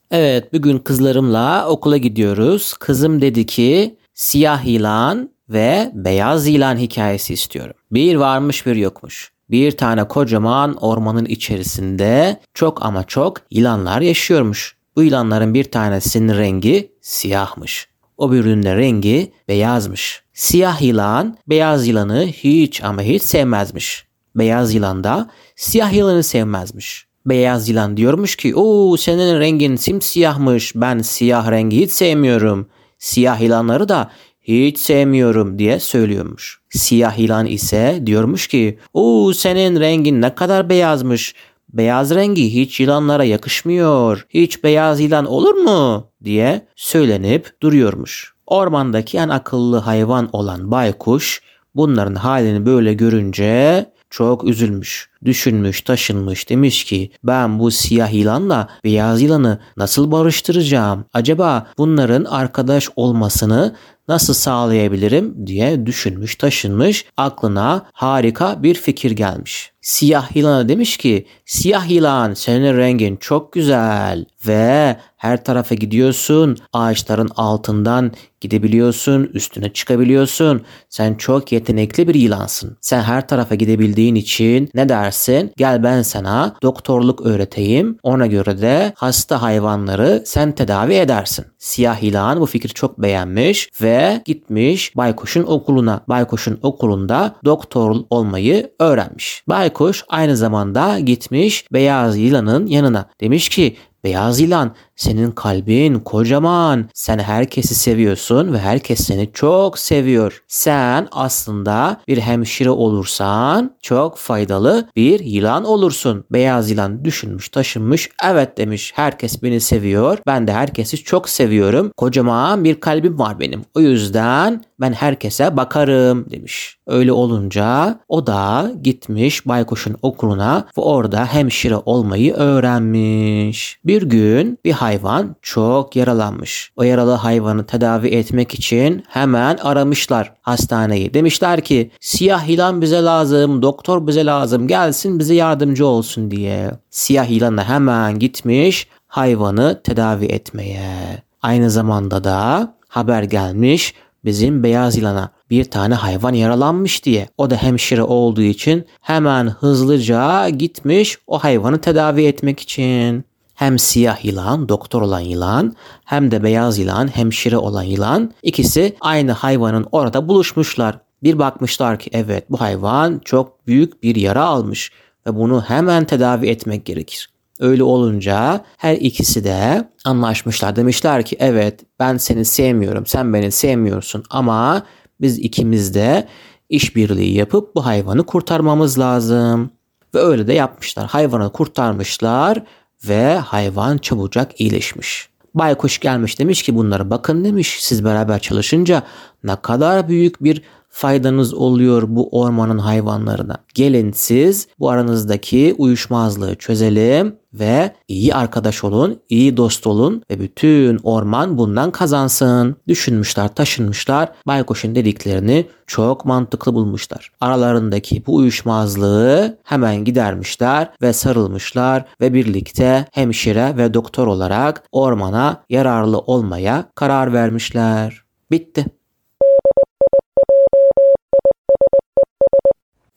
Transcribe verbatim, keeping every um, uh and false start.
Evet, bugün kızlarımla okula gidiyoruz. Kızım dedi ki siyah yılan ve beyaz yılan hikayesi istiyorum. Bir varmış bir yokmuş. Bir tane kocaman ormanın içerisinde çok ama çok yılanlar yaşıyormuş. Bu yılanların bir tanesinin rengi siyahmış. O birinin de rengi beyazmış. Siyah yılan beyaz yılanı hiç ama hiç sevmezmiş. Beyaz yılan da siyah yılanı sevmezmiş. Beyaz yılan diyormuş ki ooo senin rengin simsiyahmış, ben siyah rengi hiç sevmiyorum. Siyah yılanları da hiç sevmiyorum diye söylüyormuş. Siyah yılan ise diyormuş ki ooo senin rengin ne kadar beyazmış. Beyaz rengi hiç yılanlara yakışmıyor. Hiç beyaz yılan olur mu diye söylenip duruyormuş. Ormandaki en akıllı hayvan olan baykuş bunların halini böyle görünce çok üzülmüş, düşünmüş, taşınmış, demiş ki ben bu siyah yılanla beyaz yılanı nasıl barıştıracağım? Acaba bunların arkadaş olmasını nasıl sağlayabilirim diye düşünmüş, taşınmış. Aklına harika bir fikir gelmiş. Siyah yılana demiş ki siyah yılan senin rengin çok güzel ve her tarafa gidiyorsun, ağaçların altından gidebiliyorsun, üstüne çıkabiliyorsun. Sen çok yetenekli bir yılansın. Sen her tarafa gidebildiğin için ne dersin? Gel ben sana doktorluk öğreteyim. Ona göre de hasta hayvanları sen tedavi edersin. Siyah yılan bu fikri çok beğenmiş ve gitmiş baykuşun okuluna. Baykuşun okulunda doktor olmayı öğrenmiş. Baykuş aynı zamanda gitmiş beyaz yılanın yanına. Demiş ki beyaz yılan senin kalbin kocaman. Sen herkesi seviyorsun ve herkes seni çok seviyor. Sen aslında bir hemşire olursan çok faydalı bir yılan olursun. Beyaz yılan düşünmüş, taşınmış. Evet demiş, herkes beni seviyor. Ben de herkesi çok seviyorum. Kocaman bir kalbim var benim. O yüzden ben herkese bakarım demiş. Öyle olunca o da gitmiş baykuşun okuluna ve orada hemşire olmayı öğrenmiş. Bir gün bir hayvan çok yaralanmış. O yaralı hayvanı tedavi etmek için hemen aramışlar hastaneyi. Demişler ki siyah yılan bize lazım, doktor bize lazım, gelsin bize yardımcı olsun diye. Siyah yılan da hemen gitmiş hayvanı tedavi etmeye. Aynı zamanda da haber gelmiş bizim beyaz yılana, bir tane hayvan yaralanmış diye. O da hemşire olduğu için hemen hızlıca gitmiş o hayvanı tedavi etmek için. Hem siyah yılan, doktor olan yılan, hem de beyaz yılan, hemşire olan yılan, ikisi aynı hayvanın orada buluşmuşlar. Bir bakmışlar ki evet, bu hayvan çok büyük bir yara almış ve bunu hemen tedavi etmek gerekir. Öyle olunca her ikisi de anlaşmışlar. Demişler ki evet, ben seni sevmiyorum, sen beni sevmiyorsun ama biz ikimiz de işbirliği yapıp bu hayvanı kurtarmamız lazım. Ve öyle de yapmışlar. Hayvanı kurtarmışlar ve hayvan çabucak iyileşmiş. Baykuş gelmiş, demiş ki bunlara bakın demiş, siz beraber çalışınca ne kadar büyük bir faydanız oluyor bu ormanın hayvanlarına. Gelin siz bu aranızdaki uyuşmazlığı çözelim ve iyi arkadaş olun, iyi dost olun ve bütün orman bundan kazansın. Düşünmüşler, taşınmışlar. Baykuş'un dediklerini çok mantıklı bulmuşlar. Aralarındaki bu uyuşmazlığı hemen gidermişler ve sarılmışlar ve birlikte hemşire ve doktor olarak ormana yararlı olmaya karar vermişler. Bitti.